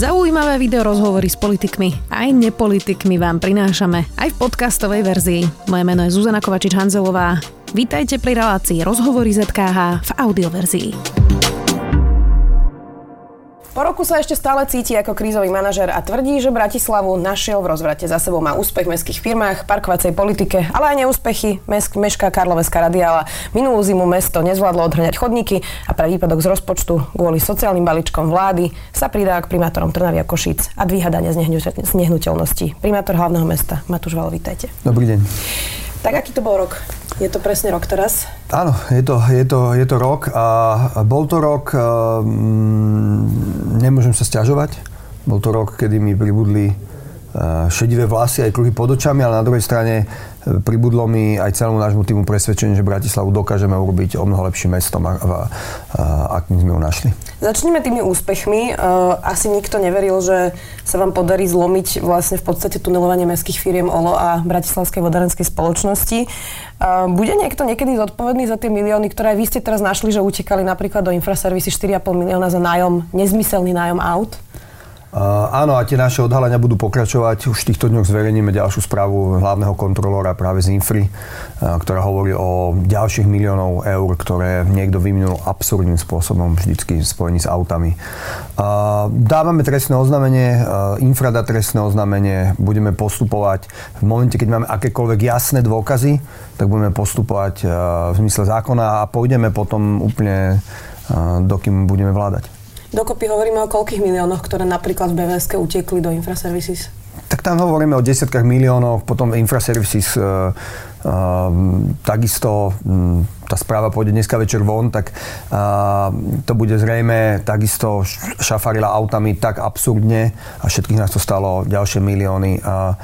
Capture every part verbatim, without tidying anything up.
Zaujímavé video rozhovory s politikmi aj nepolitikmi vám prinášame aj v podcastovej verzii. Moje meno je Zuzana Kovačič-Hanzelová. Vítajte pri relácii Rozhovory zet ká há v audioverzii. Po roku sa ešte stále cíti ako krízový manažer a tvrdí, že Bratislavu našiel v rozvrate. Za sebou má úspech v mestských firmách, parkovacej politike, ale aj neúspechy. Mešká Karloveská radiála. Minulú zimu mesto nezvládlo odhrňať chodníky a pre výpadok z rozpočtu kvôli sociálnym balíčkom vlády sa pridá k primátorom Trnavy a Košíc a dvíha dane z nehnuteľností. Primátor hlavného mesta Matúš Valo, vítajte. Dobrý deň. Tak aký to bol rok? Je to presne rok teraz? Áno, je to, je to, je to rok a bol to rok, um, nemôžem sa sťažovať, bol to rok, kedy mi pribudli uh, šedivé vlasy aj kruhy pod očami, ale na druhej strane uh, pribudlo mi aj celému nášmu týmu presvedčenie, že Bratislavu dokážeme urobiť o mnoho lepším mestom, a, a, a, akým sme ho našli. Začneme tými úspechmi. Uh, asi nikto neveril, že sa vám podarí zlomiť vlastne v podstate tunelovanie mestských firiem ó el ó a Bratislavskej vodárenskej spoločnosti. Uh, bude niekto niekedy zodpovedný za tie milióny, ktoré vy ste teraz našli, že utekali napríklad do infraservisy štyri a pol milióna za nájom, nezmyselný nájom aut? Uh, áno, a tie naše odhalenia budú pokračovať. Už v týchto dňoch zverejníme ďalšiu správu hlavného kontrolóra práve z Infry, uh, ktorá hovorí o ďalších miliónov eur, ktoré niekto vyminul absurdným spôsobom, vždycky spojený s autami. Uh, dávame trestné oznámenie, uh, Infra dá trestné oznámenie, budeme postupovať. V momente, keď máme akékoľvek jasné dôkazy, tak budeme postupovať uh, v zmysle zákona a pôjdeme potom úplne, uh, dokým budeme vládať. Dokopy hovoríme o koľkých miliónoch, ktoré napríklad v bé vé eske utekli do Infraservices? Tak tam hovoríme o desiatkách miliónov, potom Infraservices uh, uh, takisto um, tá správa pôjde dneska večer von, tak uh, to bude zrejme takisto šafarila autami tak absurdne a všetkých nás to stalo ďalšie milióny a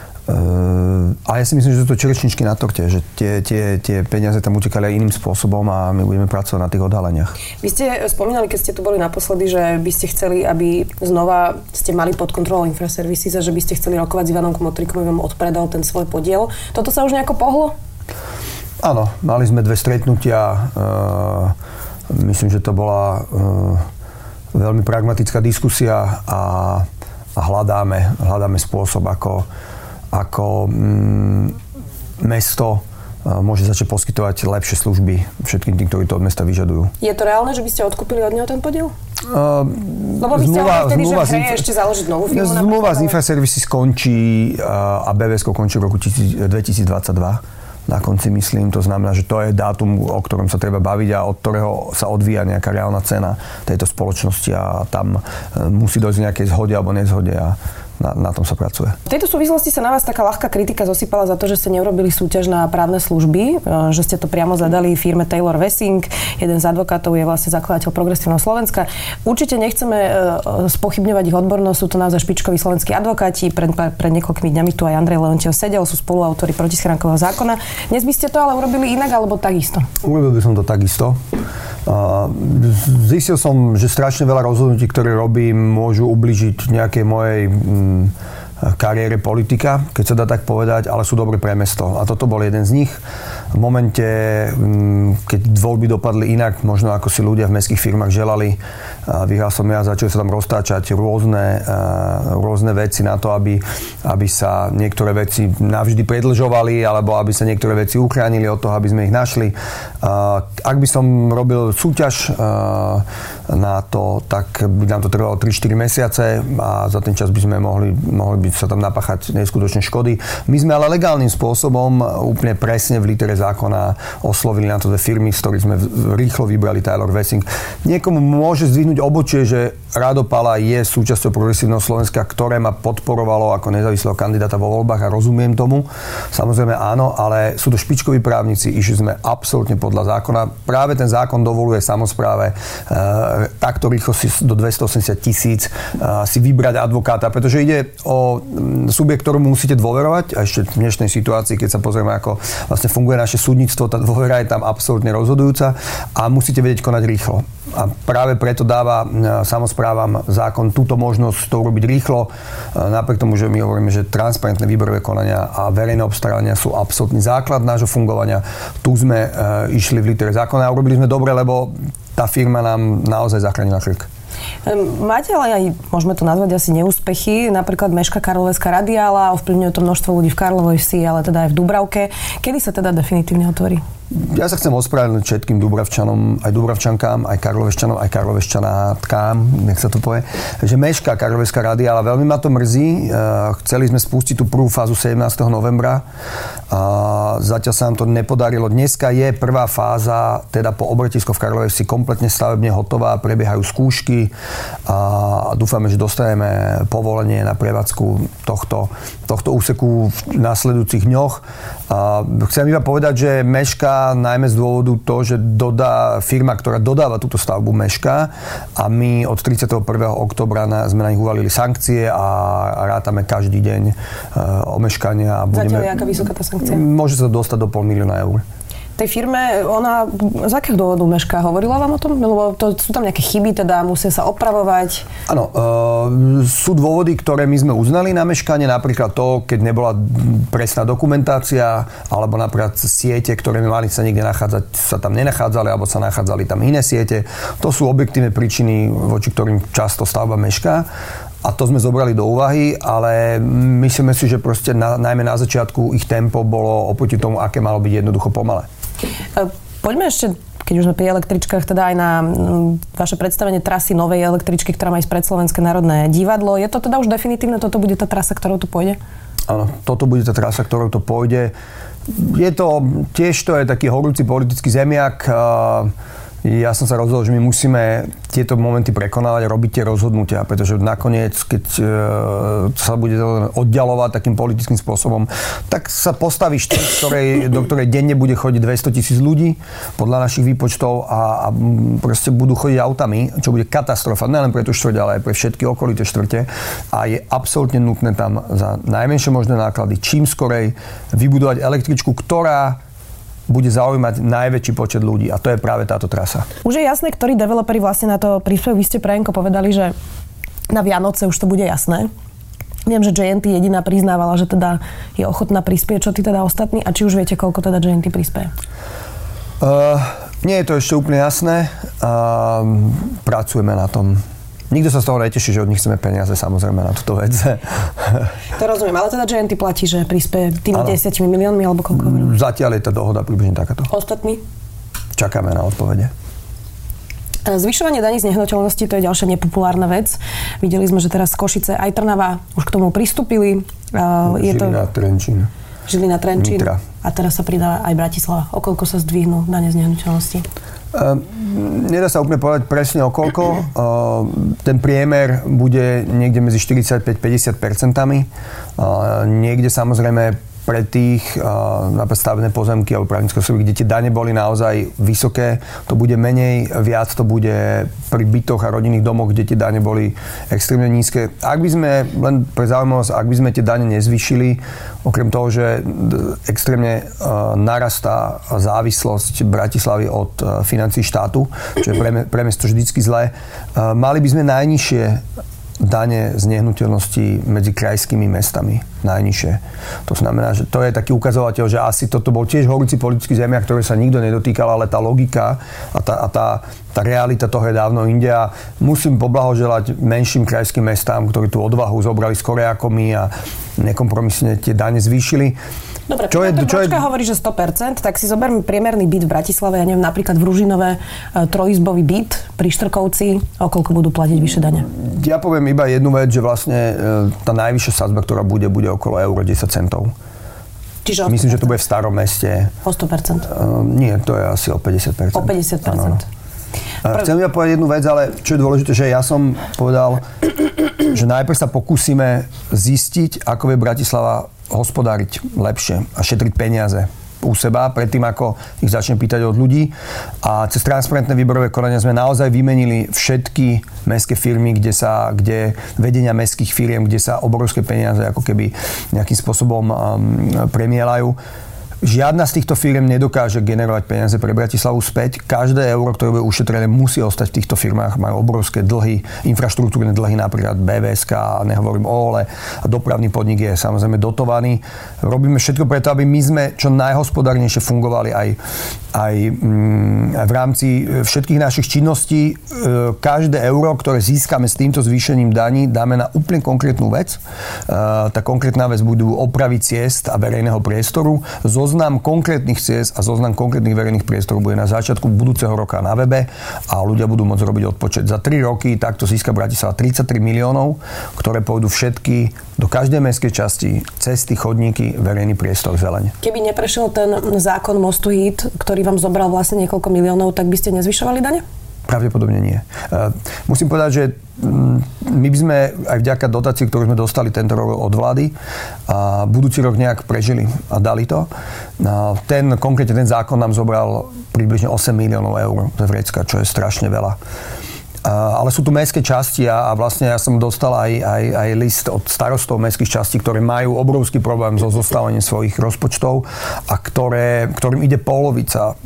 Uh, a ja si myslím, že sú to čerešničky na torte, že tie, tie, tie peniaze tam utekali aj iným spôsobom a my budeme pracovať na tých odhaleniach. Vy ste spomínali, keď ste tu boli naposledy, že by ste chceli, aby znova ste mali pod kontrolou Infraservices a že by ste chceli rokovať s Ivanom Kmotrikom, aby vám odpredal ten svoj podiel. Toto sa už nejako pohlo? Áno, mali sme dve stretnutia. Uh, myslím, že to bola uh, veľmi pragmatická diskusia a, a hľadáme, hľadáme spôsob, ako ako mm, mesto uh, môže začať poskytovať lepšie služby všetkým tým, ktorí to od mesta vyžadujú. Je to reálne, že by ste odkúpili od neho ten podiel? Uh, Lebo by ste hovorili vtedy, že hej, inf- ešte založiť novú firmu. Zmluva z Infraservices skončí uh, a bé vé esko končí v roku dvetisícdvadsaťdva. Na konci myslím, to znamená, že to je dátum, o ktorom sa treba baviť a od ktorého sa odvíja nejaká reálna cena tejto spoločnosti a tam uh, musí dojsť nejakej zhode alebo nezhode a Na, na tom sa pracuje. V tejto súvislosti sa na vás taká ľahká kritika zosypala za to, že ste neurobili súťaž na právne služby, že ste to priamo zadali firme Taylor Wessing. Jeden z advokátov je vlastne zakladateľ Progresívneho Slovenska. Určite nechceme spochybňovať ich odbornosť, sú to naozaj špičkoví slovenskí advokáti. Pred, pred niekoľkými dňami tu aj Andrej Leontiev sedel, sú spoluautori protischránkového zákona. Dnes by ste to ale urobili inak alebo takisto? Urobil by som to takisto. Uh, zistil som, že strašne veľa rozhodnutí, ktoré robím, môžu ubližiť nejakej mojej um, kariére politika, keď sa dá tak povedať, ale sú dobre pre mesto. A toto bol jeden z nich. V momente, um, keď voľby dopadli inak, možno ako si ľudia v mestských firmách želali, uh, vyhral som ja, začali sa tam roztáčať rôzne, uh, rôzne veci na to, aby, aby sa niektoré veci navždy predĺžovali, alebo aby sa niektoré veci uchránili od toho, aby sme ich našli. Uh, ak by som robil súťaž uh, na to, tak by nám to trvalo tri štyri mesiace a za ten čas by sme mohli, mohli by sa tam napáchať neskutočné škody. My sme ale legálnym spôsobom úplne presne v litere zákona oslovili na to dve firmy, z ktorých sme rýchlo vybrali Taylor Wessing. Niekomu môže zdvihnúť obočie, že Rado Pala je súčasťou Progresívneho Slovenska, ktoré ma podporovalo ako nezávislého kandidáta vo voľbách a rozumiem tomu. Samozrejme áno, ale sú to špičkoví právnici, išli sme absolútne podľa zákona. Práve ten zákon dovoluje samospráve e, takto rýchlo si do dvestoosemdesiat tisíc e, si vybrať advokáta, pretože ide o subjekt, ktorému musíte dôverovať a ešte v dnešnej situácii, keď sa pozrieme, ako vlastne funguje naše súdnictvo, tá dôvera je tam absolútne rozhodujúca a musíte vedieť konať rýchlo. A práve preto dáva samosprávam zákon túto možnosť to urobiť rýchlo. Napriek tomu, že my hovoríme, že transparentné výberové konania a verejné obstarávania sú absolútny základ nášho fungovania. Tu sme išli v litere zákona a urobili sme dobre, lebo tá firma nám naozaj zachránila krk. Máte ale aj, môžeme to nazvať asi neúspechy, napríklad meška Karloveská radiála, ovplyvňuje to množstvo ľudí v Karlovej Vsi, ale teda aj v Dúbravke. Kedy sa teda definitívne otvorí? Ja sa chcem ospravedlniť všetkým Dúbravčanom, aj Dúbravčankám, aj Karlovešťanom, aj Karlovešťanátkám, nech sa to povie, že meška Karloveská radiála. Veľmi ma to mrzí. Chceli sme spustiť tú prvú fázu sedemnásteho novembra. A zatiaľ sa nám to nepodarilo. Dneska je prvá fáza, teda po obratisko v Karlovej Vsi kompletne stavebne hotová, prebiehajú skúšky a dúfame, že dostaneme povolenie na prevádzku tohto, tohto úseku v nasledujúcich dňoch. A chcem iba povedať, že meška najmä z dôvodu to, že dodá, firma, ktorá dodáva túto stavbu, meška a my od tridsiateho prvého októbra na, sme na nich uvalili sankcie a, a rátame každý deň uh, omeškania. A budeme, zatiaľ je aká vysoká tá sankcia? Môže sa dostať do pol milióna eur. Tej firme, ona z akého dôvodu mešká? Hovorila vám o tom? Lebo to, sú tam nejaké chyby, teda musia sa opravovať? Áno, e, sú dôvody, ktoré my sme uznali na meškanie, napríklad to, keď nebola presná dokumentácia, alebo napríklad siete, ktoré by mali sa niekde nachádzať, sa tam nenachádzali, alebo sa nachádzali tam iné siete. To sú objektívne príčiny, voči ktorým často stavba mešká. A to sme zobrali do úvahy, ale myslíme si, že proste na, najmä na začiatku ich tempo bolo oproti tomu, aké malo byť jednoducho pomalé. Poďme ešte, keď už sme pri električkách, teda aj na vaše predstavenie trasy novej električky, ktorá má ísť pred Slovenské národné divadlo. Je to teda už definitívne, toto bude tá trasa, ktorou tu pôjde? Áno, toto bude tá trasa, ktorou to pôjde. Je to, tiež to je taký horúci politický zemiak. Ja som sa rozhodol, že my musíme tieto momenty prekonávať a robiť tie rozhodnutia, pretože nakoniec, keď e, sa bude oddialovať takým politickým spôsobom, tak sa postaví štvrť, ktorej, do ktorej denne bude chodiť dvestotisíc ľudí podľa našich výpočtov a, a proste budú chodiť autami, čo bude katastrofa, nielen pre tú štvrť, ale aj pre všetky okolité štvrte. A je absolútne nutné tam za najmenšie možné náklady čím skorej vybudovať električku, ktorá bude zaujímať najväčší počet ľudí. A to je práve táto trasa. Už je jasné, ktorí developeri vlastne na to prispievajú. Vy ste, Prajenko, povedali, že na Vianoce už to bude jasné. Viem, že J N T jediná priznávala, že teda je ochotná prispieť. Čo tí teda ostatní? A či už viete, koľko teda J N T prispieje? Uh, nie je to ešte úplne jasné. Uh, pracujeme na tom. Nikto sa z toho neteší, že od nich chceme peniaze, samozrejme, na túto vec. To rozumiem, ale teda J N T platí, že prispieje tými desiatimi miliónmi, alebo koľko? Zatiaľ je tá dohoda približne takáto. Ostatní? Čakáme na odpovede. Zvyšovanie daní z nehnuteľnosti, to je ďalšia nepopulárna vec. Videli sme, že teraz Košice aj Trnava už k tomu pristúpili. Žilina, to... Trenčín. Žilina, Trenčín. Nitra. A teraz sa pridáva aj Bratislava. O koľko sa zdvihnú dane z nehnuteľnosti? Uh, nedá sa úplne povedať presne o koľko. Uh, ten priemer bude niekde medzi štyridsaťpäť až päťdesiat percentami. Uh, niekde samozrejme pre tých uh, napríklad stavebné pozemky alebo právnické osoby, kde tie dane boli naozaj vysoké, to bude menej, viac to bude pri bytoch a rodinných domoch, kde tie dane boli extrémne nízke. Ak by sme, len pre zaujímavosť, ak by sme tie dane nezvýšili, okrem toho, že extrémne uh, narastá závislosť Bratislavy od uh, financií štátu, čo je pre, pre mesto vždycky zlé, uh, mali by sme najnižšie dane z nehnuteľnosti medzi krajskými mestami. Najnižšie. To znamená, že to je taký ukazovateľ, že asi toto bol tiež horúci politický zemiak, ktoré sa nikto nedotýkal, ale tá logika a tá, a tá, tá realita toho je dávno inde. A musím poblahoželať menším krajským mestám, ktorí tú odvahu zobrali skôr ako my a nekompromisne tie dane zvýšili. Dobre, čo je, čo je... hovorí, že sto percent, tak si zoberme priemerný byt v Bratislave, ja neviem, napríklad v Ružinové, trojizbový byt pri Štrkovci, o koľko budú platiť vyššie dane? Ja poviem iba jednu vec, že vlastne tá najvyššia sadzba, ktorá bude, bude okolo euro desať centov. Čiže myslím, že to bude v Starom meste. O sto percent? Uh, nie, to je asi o päťdesiat percent. O päťdesiat percent. Prv... Chcem iba povedať jednu vec, ale čo je dôležité, že ja som povedal, že najprv sa pokúsime zistiť, ako vie Bratislava hospodáriť lepšie a šetriť peniaze u seba, predtým ako ich začne pýtať od ľudí. A cez transparentné výberové konania sme naozaj vymenili všetky mestské firmy, kde sa, kde vedenia mestských firiem, kde sa obrovské peniaze ako keby nejakým spôsobom um, premielajú. Žiadna z týchto firm nedokáže generovať peniaze pre Bratislavu späť. Každé euro, ktoré bude ušetrené, musí ostať v týchto firmách. Majú obrovské dlhy, infraštruktúrne dlhy, napríklad bé vé es ká, nehovorím o Ole. Dopravný podnik je samozrejme dotovaný. Robíme všetko preto, aby my sme čo najhospodárnejšie fungovali aj, aj, aj v rámci všetkých našich činností. Každé euro, ktoré získame s týmto zvýšením daní, dáme na úplne konkrétnu vec. Tá konkrétna vec budú opravy ciest a verejného priestoru. Zoznam konkrétnych ciest a zoznam konkrétnych verejných priestorov bude na začiatku budúceho roka na webe a ľudia budú môcť robiť odpočet. Za tri roky takto získa Bratislava tridsaťtri miliónov, ktoré pôjdu všetky do každej mestskej časti, cesty, chodníky, verejný priestor, zeleň. Keby neprešiel ten zákon Mostu Hit, ktorý vám zobral vlastne niekoľko miliónov, tak by ste nezvyšovali dane? Pravdepodobne nie. Musím povedať, že my by sme aj vďaka dotácii, ktorú sme dostali tento rok od vlády, a budúci rok nejak prežili a dali to. Ten, konkrétne ten zákon nám zobral približne osem miliónov eur z vrecka, čo je strašne veľa. Ale sú tu mestské časti a, a vlastne ja som dostal aj, aj, aj list od starostov mestských častí, ktoré majú obrovský problém so zostávaním svojich rozpočtov a ktoré, ktorým ide polovica uh,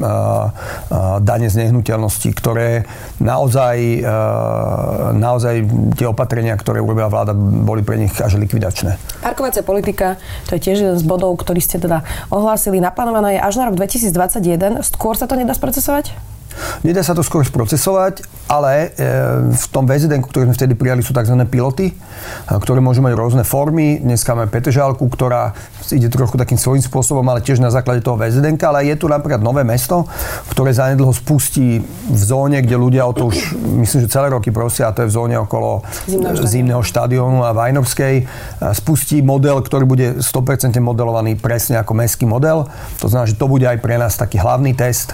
uh, dane z nehnuteľnosti, ktoré naozaj, uh, naozaj tie opatrenia, ktoré urobila vláda, boli pre nich až likvidačné. Parkovacia politika, to je tiež jeden z bodov, ktorý ste teda ohlásili. Naplánovaná je až na rok dvetisícdvadsaťjeden. Skôr sa to nedá sprocesovať? Nedá sa to skôr sprocesovať, ale v tom vé zet en, ktoré sme vtedy prijali, sú tzv. Piloty, ktoré môžu mať rôzne formy. Dneska máme Petržalku, ktorá ide trochu takým svojím spôsobom, ale tiež na základe toho vé zet en, ale je tu napríklad Nové Mesto, ktoré zanedlho spustí v zóne, kde ľudia o to už, myslím, že celé roky prosia, a to je v zóne okolo Zimného štadiónu a Vajnovskej, spustí model, ktorý bude sto percent modelovaný presne ako mestský model. To znamená, že to bude aj pre nás taký hlavný test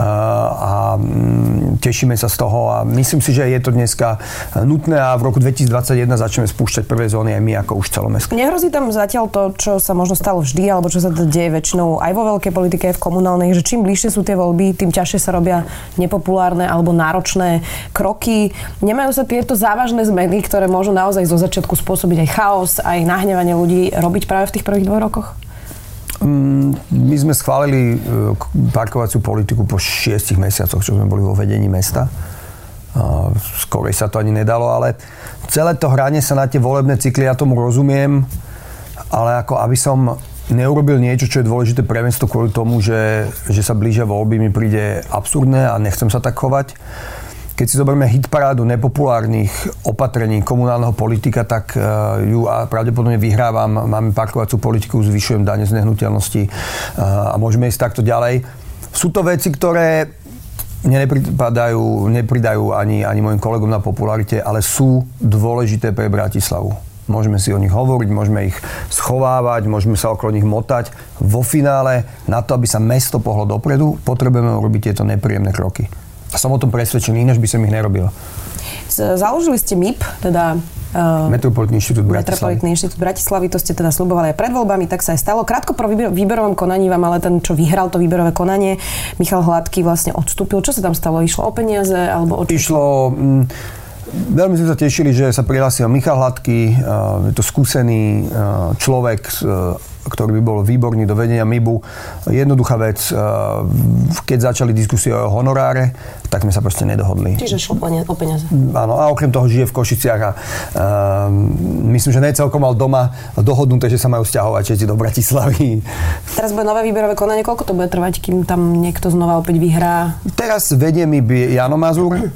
a tešíme sa z toho a myslím si, že je to dneska nutné a v roku dvetisícdvadsaťjeden začneme spúšťať prvé zóny aj my ako už celomestské. Nehrozí tam zatiaľ to, čo sa možno stalo vždy, alebo čo sa to deje väčšinou aj vo veľkej politike, aj v komunálnej, že čím bližšie sú tie voľby, tým ťažšie sa robia nepopulárne alebo náročné kroky. Nemajú sa tieto závažné zmeny, ktoré môžu naozaj zo začiatku spôsobiť aj chaos, aj nahnevanie ľudí, robiť práve v tých prvých dvoch rokoch? My sme schválili parkovaciu politiku po šiestich mesiacoch, čo sme boli vo vedení mesta. Skorej sa to ani nedalo, ale celé to hranie sa na tie volebné cykly, ja tomu rozumiem, ale ako aby som neurobil niečo, čo je dôležité pre mesto kvôli tomu, že, že sa blížia voľby, mi príde absurdné a nechcem sa tak chovať. Keď si zoberieme hitparádu nepopulárnych opatrení komunálneho politika, tak ju a pravdepodobne vyhrávam. Máme parkovaciu politiku, zvyšujem dane z nehnuteľnosti a môžeme ísť takto ďalej. Sú to veci, ktoré nepripadajú, nepridajú ani, ani mojim kolegom na popularite, ale sú dôležité pre Bratislavu. Môžeme si o nich hovoriť, môžeme ich schovávať, môžeme sa okolo nich motať. Vo finále, na to, aby sa mesto pohlo dopredu, potrebujeme urobiť tieto nepríjemné kroky. A som o tom presvedčený, ináč by som ich nerobil. Založili ste em í pé, teda uh, Metropolitný inštitút Bratislavy. Metropolitný inštitút Bratislavy, to ste teda sľubovali aj pred voľbami, tak sa aj stalo. Krátko po výberovom konaní vám ale ten, čo vyhral to výberové konanie, Michal Hladký vlastne odstúpil. Čo sa tam stalo? Išlo o peniaze? Alebo o čo? Išlo... Mm, veľmi sme sa tešili, že sa prihlásil Michal Hladký, uh, je to skúsený uh, človek, uh, ktorý by bol výborný do vedenia em í bé ú. Jednoduchá vec, keď začali diskusie o honoráre, tak sme sa proste nedohodli. Čiže šlo o peniaze. Áno, a okrem toho žije v Košiciach a uh, myslím, že ne celkom mal doma dohodnuté, že sa majú sťahovať všetci do Bratislavy. Teraz bude nové výberové konanie, koľko to bude trvať, kým tam niekto znova opäť vyhrá? Teraz vedie mi Jano Mazur, uh,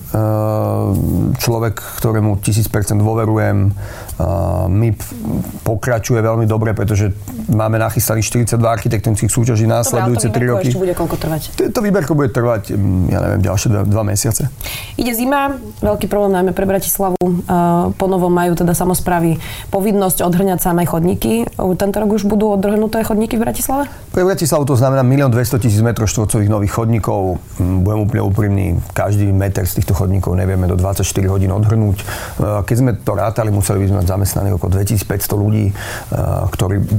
človek, ktorému tisíc percent dôverujem. Uh, em í pé pokračuje veľmi dobre, pretože máme nachystaných štyridsaťdva architektonických súťaží následujúce tri roky. Ešte bude koľko trvať? To výberko bude trvať, ja neviem, ďalšie dva, dva mesiace. Ide zima, veľký problém najmä pre Bratislavu. Ponovom majú teda samosprávy povinnosť odhrňať samé chodníky. Tento rok už budú odhrnuté chodníky v Bratislave? Pre Bratislavu to znamená milión dvestotisíc metrov štvorcových nových chodníkov. Budem úplne úprimný, každý meter z týchto chodníkov nevieme do dvadsaťštyri hodín odhrnúť. Keď sme to rátali, museli by sme mať zamestnaných okolo dvetisícpäťsto ľudí, ktorí, aby sme to vedeli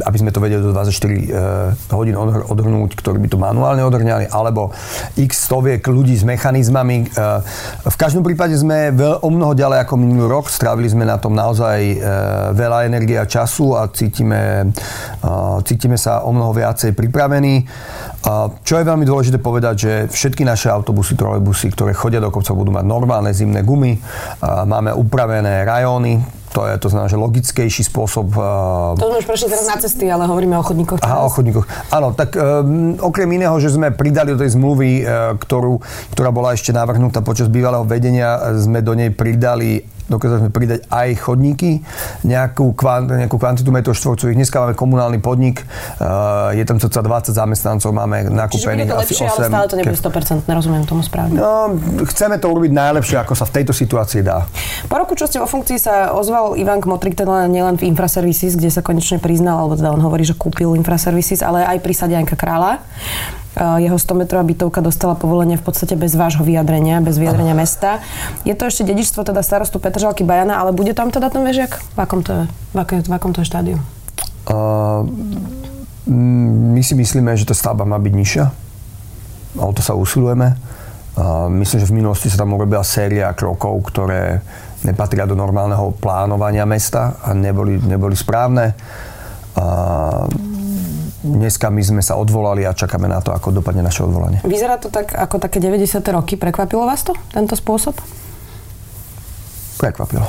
nevedia do dvadsaťštyri hodín odhrnúť, ktorí by to manuálne odhrňali, alebo x stoviek ľudí s mechanizmami. V každom prípade sme veľ, o mnoho ďalej ako minulý rok. Strávili sme na tom naozaj veľa energie a času a cítime, cítime sa o mnoho viacej pripravení. Čo je veľmi dôležité povedať, že všetky naše autobusy, trolejbusy, ktoré chodia do kopcov, budú mať normálne zimné gumy. Máme upravené rajóny. To je, to znamená, že logickejší spôsob... Uh... To sme už prešli teraz na cesty, ale hovoríme o chodníkoch. Aha, o chodníkoch. Áno, tak um, okrem iného, že sme pridali do tej zmluvy, uh, ktorú, ktorá bola ešte navrhnutá počas bývalého vedenia, sme do nej pridali dokázali sme pridať aj chodníky, nejakú, kvant, nejakú kvantitu metrov štvorcových. Dneska máme komunálny podnik, uh, je tam cca dvadsať zamestnancov, máme nakúpených asi osem. Čiže bude to lepšie, ale stále to nebude sto percent, nerozumiem tomu správne. No, chceme to urobiť najlepšie, ako sa v tejto situácii dá. Po roku, čo ste vo funkcii, sa ozval Ivan Kmotrík, teda nielen v Infraservices, kde sa konečne priznal, alebo teda on hovorí, že kúpil Infraservices, ale aj pri sade Janka Kráľa. Jeho stometrová bytovka dostala povolenie v podstate bez vášho vyjadrenia, bez vyjadrenia Aha. mesta. Je to ešte dedičstvo teda starostu Petržalky Bajana, ale bude tam teda ten vežiak? V akom to je, v akom, v akom to je štádiu? Uh, my si myslíme, že tá stavba má byť nižšia. O to sa usilujeme. Uh, myslím, že v minulosti sa tam urobila séria krokov, ktoré nepatria do normálneho plánovania mesta a neboli, neboli správne. Uh, Dneska my sme sa odvolali a čakáme na to, ako dopadne naše odvolanie. Vyzerá to tak ako také deväťdesiate roky. Prekvapilo vás to, tento spôsob? Prekvapilo.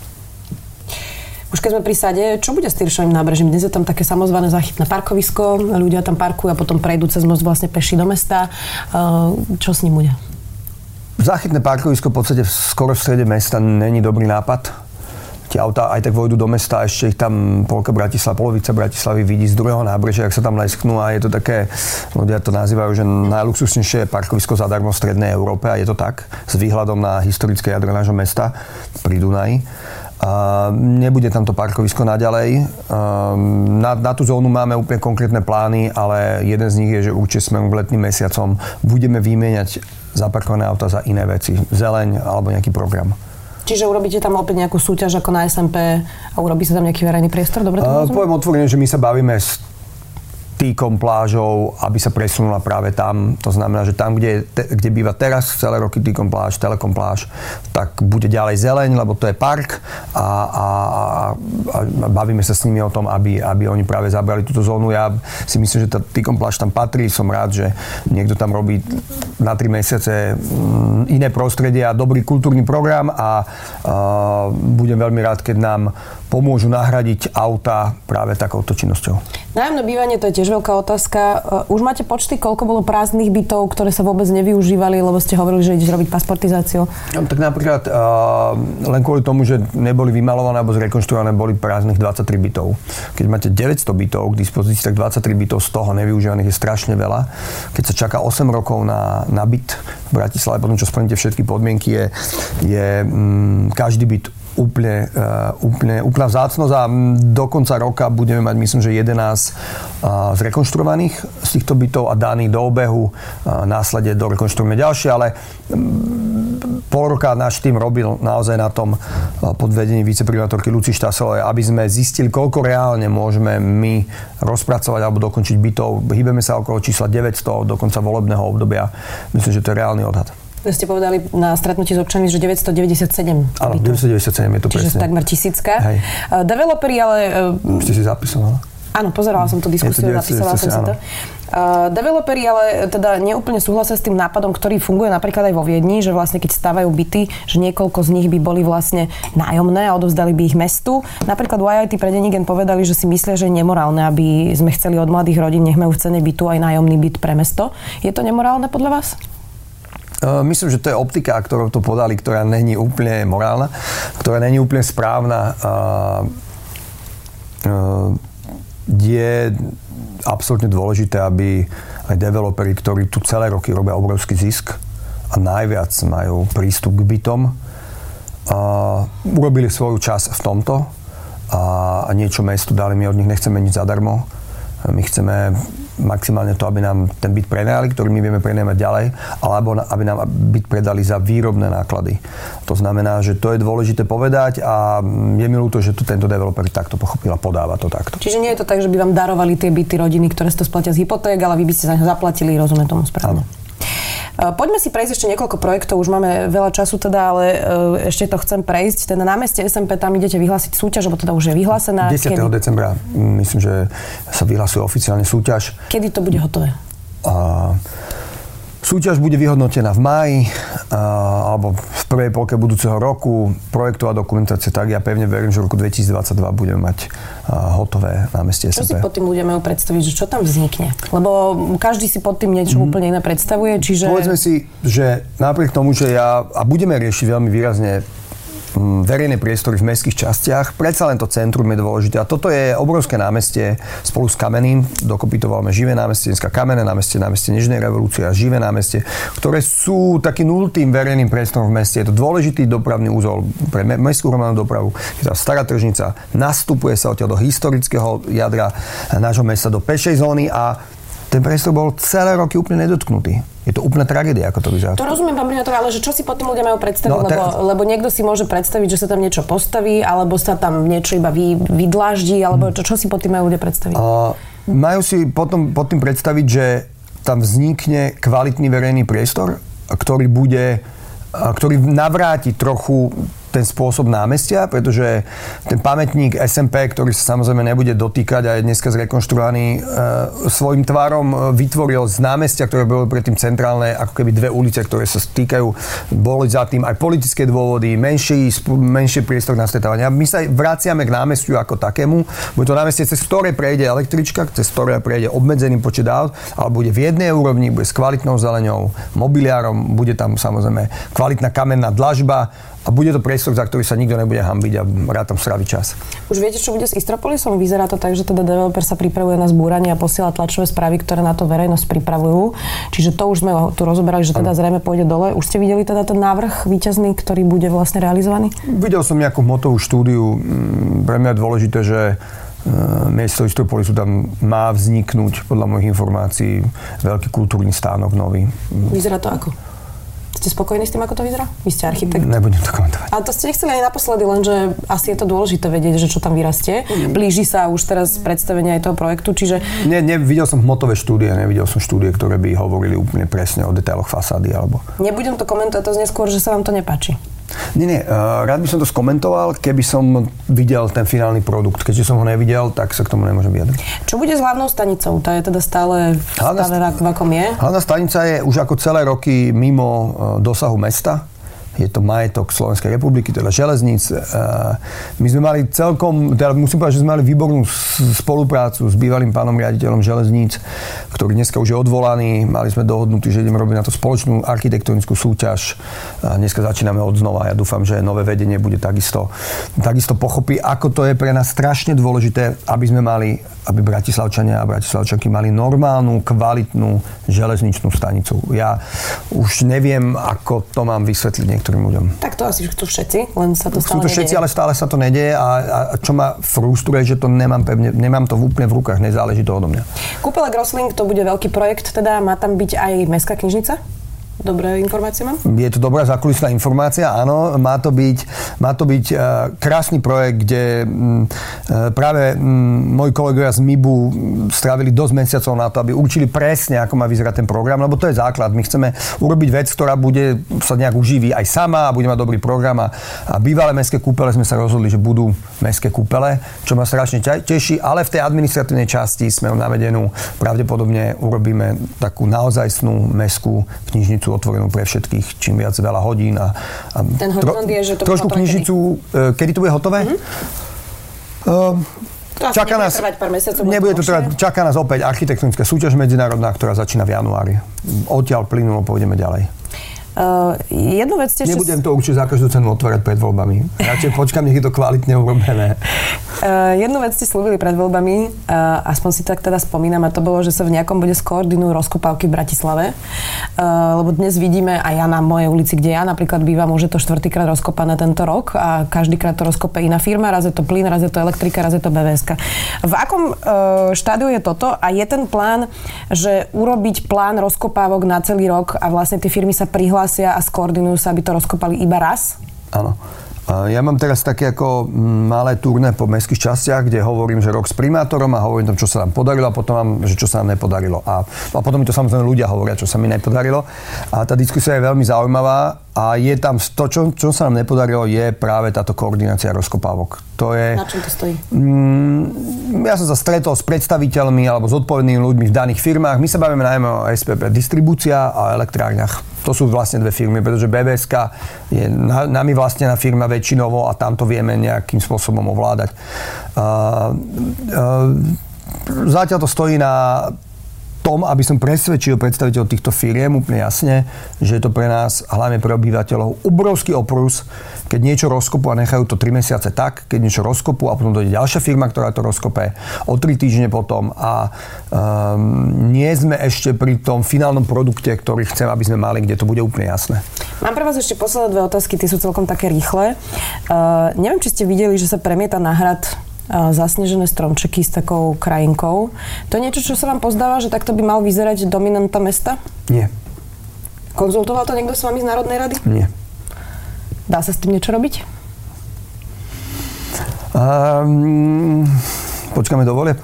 Už keď sme pri sade, čo bude s Tyršovým nábrežím? Dnes je tam také samozvané záchytné parkovisko, ľudia tam parkujú a potom prejdú cez most vlastne peši do mesta. Čo s ním bude? Záchytné parkovisko v podstate skoro v strede mesta není dobrý nápad. Tie autá aj tak vojdu do mesta, ešte ich tam polka Bratislava, polovica Bratislavy vidí z druhého nábrežia, ak sa tam lesknú a je to také, ľudia to nazývajú, že najluxusnejšie parkovisko zadarmo v strednej Európe a je to tak, s výhľadom na historické jadro nášho mesta pri Dunaji. A nebude tam to parkovisko naďalej. Na, na tú zónu máme úplne konkrétne plány, ale jeden z nich je, že určite smerom k letným mesiacom budeme vymieňať zaparkované auta za iné veci, zeleň alebo nejaký program. Čiže urobíte tam opäť nejakú súťaž ako na es em pé a urobí sa tam nejaký verejný priestor? Dobre to uh, poviem otvorene, že my sa bavíme s Týkom plážou, aby sa presunula práve tam. To znamená, že tam, kde, te, kde býva teraz celé roky Týkom pláž, Telekom pláž, tak bude ďalej zeleň, lebo to je park a, a, a bavíme sa s nimi o tom, aby, aby oni práve zabrali túto zónu. Ja si myslím, že tá Týkom pláž tam patrí. Som rád, že niekto tam robí na tri mesiace iné prostredie a dobrý kultúrny program a, a budem veľmi rád, keď nám pomôžu nahradiť auta práve takouto činnosťou. Nájomné bývanie, to je tiež veľká otázka. Už máte počty, koľko bolo prázdnych bytov, ktoré sa vôbec nevyužívali, lebo ste hovorili, že ideš robiť pasportizáciu? No, tak napríklad uh, len kvôli tomu, že neboli vymalované alebo zrekonštruované, boli prázdnych dvadsaťtri bytov. Keď máte deväťsto bytov k dispozícii, tak dvadsaťtri bytov z toho nevyužívaných je strašne veľa. Keď sa čaká osem rokov na, na byt v Bratislave, potom čo splníte všetky podmienky, je, je mm, každý byt úplne, uh, úplne, úplná vzácnosť a do konca roka budeme mať, myslím, že jedenásť uh, zrekonštruovaných z týchto bytov a daných do obehu. Uh, následne dorekonštruujeme ďalšie, ale um, pol roka náš tým robil naozaj na tom uh, pod vedením viceprimátorky Luci Štaselovej, aby sme zistili, koľko reálne môžeme my rozpracovať alebo dokončiť bytov. Hýbeme sa okolo čísla deväťsto do konca volebného obdobia. Myslím, že to je reálny odhad. Vy ste povedali na stretnutí s občanmi, že deväťstodeväťdesiatsedem. Áno, deväťstodeväťdesiatsedem je to presne. Čiže takmer tisícka. Hej. Uh, developeri ale... Uh, Ste si zapísala? Áno, pozerala som tú diskusiu, napísala som si to. Uh, developeri ale teda neúplne súhlasia s tým nápadom, ktorý funguje napríklad aj vo Viedni, že vlastne keď stavajú byty, že niekoľko z nich by boli vlastne nájomné a odovzdali by ich mestu. Napríklad ú í té pre Denigen povedali, že si myslia, že je nemorálne, aby sme chceli od mladých rodín, nech majú v cene bytu aj nájomný byt pre mesto. Je to nemorálne podľa vás? Myslím, že to je optika, ktorou to podali, ktorá není úplne morálna, ktorá není úplne správna. Je absolútne dôležité, aby aj developeri, ktorí tu celé roky robia obrovský zisk a najviac majú prístup k bytom, urobili svoju časť v tomto a niečo mestu dali. My od nich nechceme nič zadarmo. My chceme maximálne to, aby nám ten byt prenajali, ktorý my vieme prenajmať ďalej, alebo aby nám byt predali za výrobné náklady. To znamená, že to je dôležité povedať a je mi ľúto, že to tento developer takto pochopil a podáva to takto. Čiže nie je to tak, že by vám darovali tie byty rodiny, ktoré si to splatia z hypoték, ale vy by ste za ne zaplatili, rozumiem tomu správne. Áno. Poďme si prejsť ešte niekoľko projektov, už máme veľa času teda, ale ešte to chcem prejsť. Teda na meste es em pé tam idete vyhlásiť súťaž, lebo teda už je vyhlásená. desiateho decembra, myslím, že sa vyhlasuje oficiálne súťaž. Kedy to bude hotové? A... Súťaž bude vyhodnotená v máji alebo v prvej polke budúceho roku. Projektová dokumentácia, tak ja pevne verím, že v roku dvetisícdvadsaťdva budeme mať hotové námestie es em pé. Čo si pod tým budeme predstaviť, že čo tam vznikne? Lebo každý si pod tým niečo mm. úplne iné predstavuje, čiže... Povedzme si, že napriek tomu, že ja... A budeme riešiť veľmi výrazne verejné priestory v mestských častiach. Predsa len to centrum je dôležité. A toto je obrovské námestie spolu s Kamenným. Dokopy to voláme Živé námestie, dneska Kamenné námestie, námestie Nežnej revolúcie a Živé námestie, ktoré sú takým nultým verejným priestorom v meste. Je to dôležitý dopravný úzol pre mestskú hromadnú dopravu. Je to stará tržnica. Nastupuje sa odtiaľ do historického jadra nášho mesta, do pešej zóny a ten priestor bol celé roky úplne nedotknutý. Je to úplná tragédia, ako to vyzerá. To rozumiem, pán primátor, ale že čo si potom ľudia majú predstaviť? No, te... lebo, lebo niekto si môže predstaviť, že sa tam niečo postaví, alebo sa tam niečo iba vy, vydláždí, alebo čo, čo si pod tým majú ľudia predstaviť? Uh, majú si potom pod tým predstaviť, že tam vznikne kvalitný verejný priestor, ktorý bude, ktorý navráti trochu ten spôsob námestia, pretože ten pamätník es em pé, ktorý sa samozrejme nebude dotýkať a je dneska zrekonštruovaný, e, svojím tvárom vytvoril z námestia, ktoré bolo predtým centrálne, ako keby dve ulice, ktoré sa stýkajú, boli za tým aj politické dôvody, menší, menší priestor na stretávania. My sa vraciame k námestiu ako takému. Bude to námestie, cez ktoré prejde električka, cez ktoré prejde obmedzený počet aut, ale bude v jednej úrovni, bude s kvalitnou zeleňou, mobiliárom, bude tam samozrejme kvalitná kamenná dlažba, a bude to priestor, za ktorý sa nikto nebude hanbiť a rád tam strávi čas. Už viete, čo bude s Istropolisom? Vyzerá to tak, že teda developer sa pripravuje na zbúranie a posiela tlačové správy, ktoré na to verejnosť pripravujú. Čiže to už sme tu rozoberali, že teda zrejme pôjde dole. Už ste videli teda ten návrh víťazný, ktorý bude vlastne realizovaný? Videl som nejakú motovú štúdiu. Pre mňa je dôležité, že miesto Istropolisu tam má vzniknúť, podľa mojich informácií, veľký kultúrny stánok nový. Vyzerá to ako? Ste spokojní s tým, ako to vyzerá? Vy ste architekt. Nebudem to komentovať. Ale to ste nechceli ani naposledy, lenže asi je to dôležité vedieť, že čo tam vyrastie. Mm. Blíži sa už teraz predstavenie aj toho projektu, čiže... Nie, nevidel som hmotové štúdie, nevidel som štúdie, ktoré by hovorili úplne presne o detailoch fasády alebo... Nebudem to komentovať, to neskôr, že sa vám to nepáči. Nie, nie, rád by som to skomentoval, keby som videl ten finálny produkt. Keďže som ho nevidel, tak sa k tomu nemôžem vyjadriť. Čo bude s hlavnou stanicou? Tá je teda stále v stave, v akom je? Hlavná stanica je už ako celé roky mimo dosahu mesta. Je to majetok Slovenskej republiky, teda železníc. My sme mali celkom, teda musím povedať, že sme mali výbornú spoluprácu s bývalým pánom riaditeľom železníc, ktorý dneska už je odvolaný. Mali sme dohodnutý, že ideme robiť na to spoločnú architektonickú súťaž. Dneska začíname od znova. Ja dúfam, že nové vedenie bude takisto, takisto pochopí, ako to je pre nás strašne dôležité, aby sme mali, aby Bratislavčania a Bratislavčanky mali normálnu, kvalitnú železničnú stanicu. Ja už neviem, ako to mám vysvetliť niektorým ľuďom. Tak to asi chcú všetci, len sa to stále Chcú to všetci, ale stále sa to nedieje a, a čo ma frustruje, že to nemám pevne, nemám to úplne v rukách, nezáleží to odo mňa. Kúpele Grosling, to bude veľký projekt, teda má tam byť aj mestská knižnica? Dobré informácie mám? Je to dobrá zákulisná informácia, áno. Má to byť, má to byť uh, krásny projekt, kde um, uh, práve um, moji kolegovia z em í bé u strávili dosť mesiacov na to, aby určili presne, ako má vyzerať ten program, lebo to je základ. My chceme urobiť vec, ktorá bude sa nejak uživí aj sama a bude mať dobrý program. A, a bývalé mestské kúpele sme sa rozhodli, že budú mestské kúpele, čo ma strašne teší, ale v tej administratívnej časti sme navedenú. Pravdepodobne urobíme takú naozajstnú mestskú knižnicu otvorenú pre všetkých, čím viac veľa hodín. A, a ten horizont je, že to trošku knižnicu, kedy? kedy to bude hotové? Mm-hmm. Uh, to čaká nás, pár mesiacov. Nebude to trvať, čaká nás opäť architektonická súťaž medzinárodná, ktorá začína v januári. Odtiaľ plynulo pôjdeme ďalej. Uh, jednu vec ste... Nebudem to určite za každú cenu otvárať pred voľbami. Radšej počkám, nech je to kvalitne urobené. Uh, jednu vec ste slúbili pred voľbami, uh, aspoň si tak teda spomínam, a to bolo, že sa v nejakom bode skoordinujú rozkopávky v Bratislave. Uh, lebo dnes vidíme aj ja na mojej ulici, kde ja napríklad bývam, už je to štvrtýkrát rozkopané tento rok a každýkrát to rozkope iná firma, raz je to plyn, raz je to elektrika, raz je to bé vé eska. V akom uh, štádiu je toto a je ten plán, že urobiť plán rozkopávok na celý rok a vlastne tie firmy sa prihlásia a skoordinujú sa, aby to rozkopali iba raz? Áno. Ja mám teraz také ako malé turné po mestských častiach, kde hovorím, že rok s primátorom a hovorím tam, čo sa nám podarilo a potom mám, že čo sa nám nepodarilo. A, a potom mi to samozrejme ľudia hovoria, čo sa mi nepodarilo. A tá diskusia je veľmi zaujímavá a je tam to, čo, čo sa nám nepodarilo, je práve táto koordinácia rozkopávok. To je... Na čom to stojí? Mm, ja som sa stretol s predstaviteľmi alebo s odpovednými ľuďmi v daných firmách. My sa bavíme najmä o es pé pé distribúcia a elektrárniach. To sú vlastne dve firmy, pretože bé vé eska je nami vlastnená firma väčšinovo a tam to vieme nejakým spôsobom ovládať. Uh, uh, zatiaľ to stojí na tom, aby som presvedčil predstaviteľov týchto firiem úplne jasne, že je to pre nás, hlavne pre obyvateľov, obrovský oprus, keď niečo rozkopú a nechajú to tri mesiace tak, keď niečo rozkopú a potom dojde ďalšia firma, ktorá to rozkope o tri týždne potom a um, nie sme ešte pri tom finálnom produkte, ktorý chcem, aby sme mali, kde to bude úplne jasné. Mám pre vás ešte posledné dve otázky, tie sú celkom také rýchle. Uh, neviem, či ste videli, že sa premieta na hrad zasnežené stromčeky s takou krajinkou. To je niečo, čo sa vám pozdáva, že takto by mal vyzerať dominanta mesta? Nie. Konzultoval to niekto s vami z Národnej rady? Nie. Dá sa s tým niečo robiť? Um, počkáme do volieb.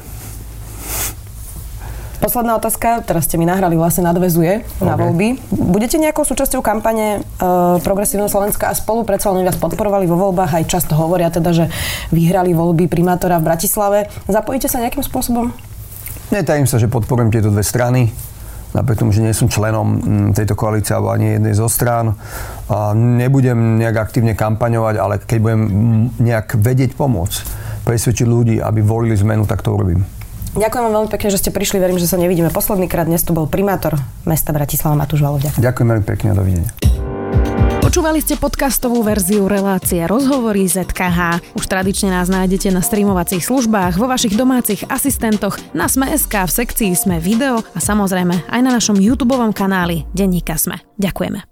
Posledná otázka, teraz ste mi nahrali, vlastne nadväzuje okay. na voľby. Budete nejakou súčasťou kampane e, Progresívneho Slovenska a Spolu? Predsa oni vás podporovali vo voľbách, aj často hovoria teda, že vyhrali voľby primátora v Bratislave. Zapojíte sa nejakým spôsobom? Netajím sa, že podporujem tieto dve strany. Napriek tomu, že nie som členom tejto koalície alebo ani jednej zo strán. A nebudem nejak aktívne kampaňovať, ale keď budem nejak vedieť pomôcť, presvedčiť ľudí, aby volili zmenu, tak to urobím. Ďakujem vám veľmi pekne, že ste prišli. Verím, že sa nevidíme posledný krát. Dnes tu bol primátor mesta Bratislava Matúš Valov. Ďakujem. Ďakujem veľmi pekne a dovidenia. Počúvali ste podcastovú verziu relácie Rozhovory zet ká há. Už tradične nás nájdete na streamovacích službách, vo vašich domácich asistentoch, na Sme bodka es ká, v sekcii Sme video a samozrejme aj na našom YouTubeovom kanáli Denníka Sme. Ďakujeme.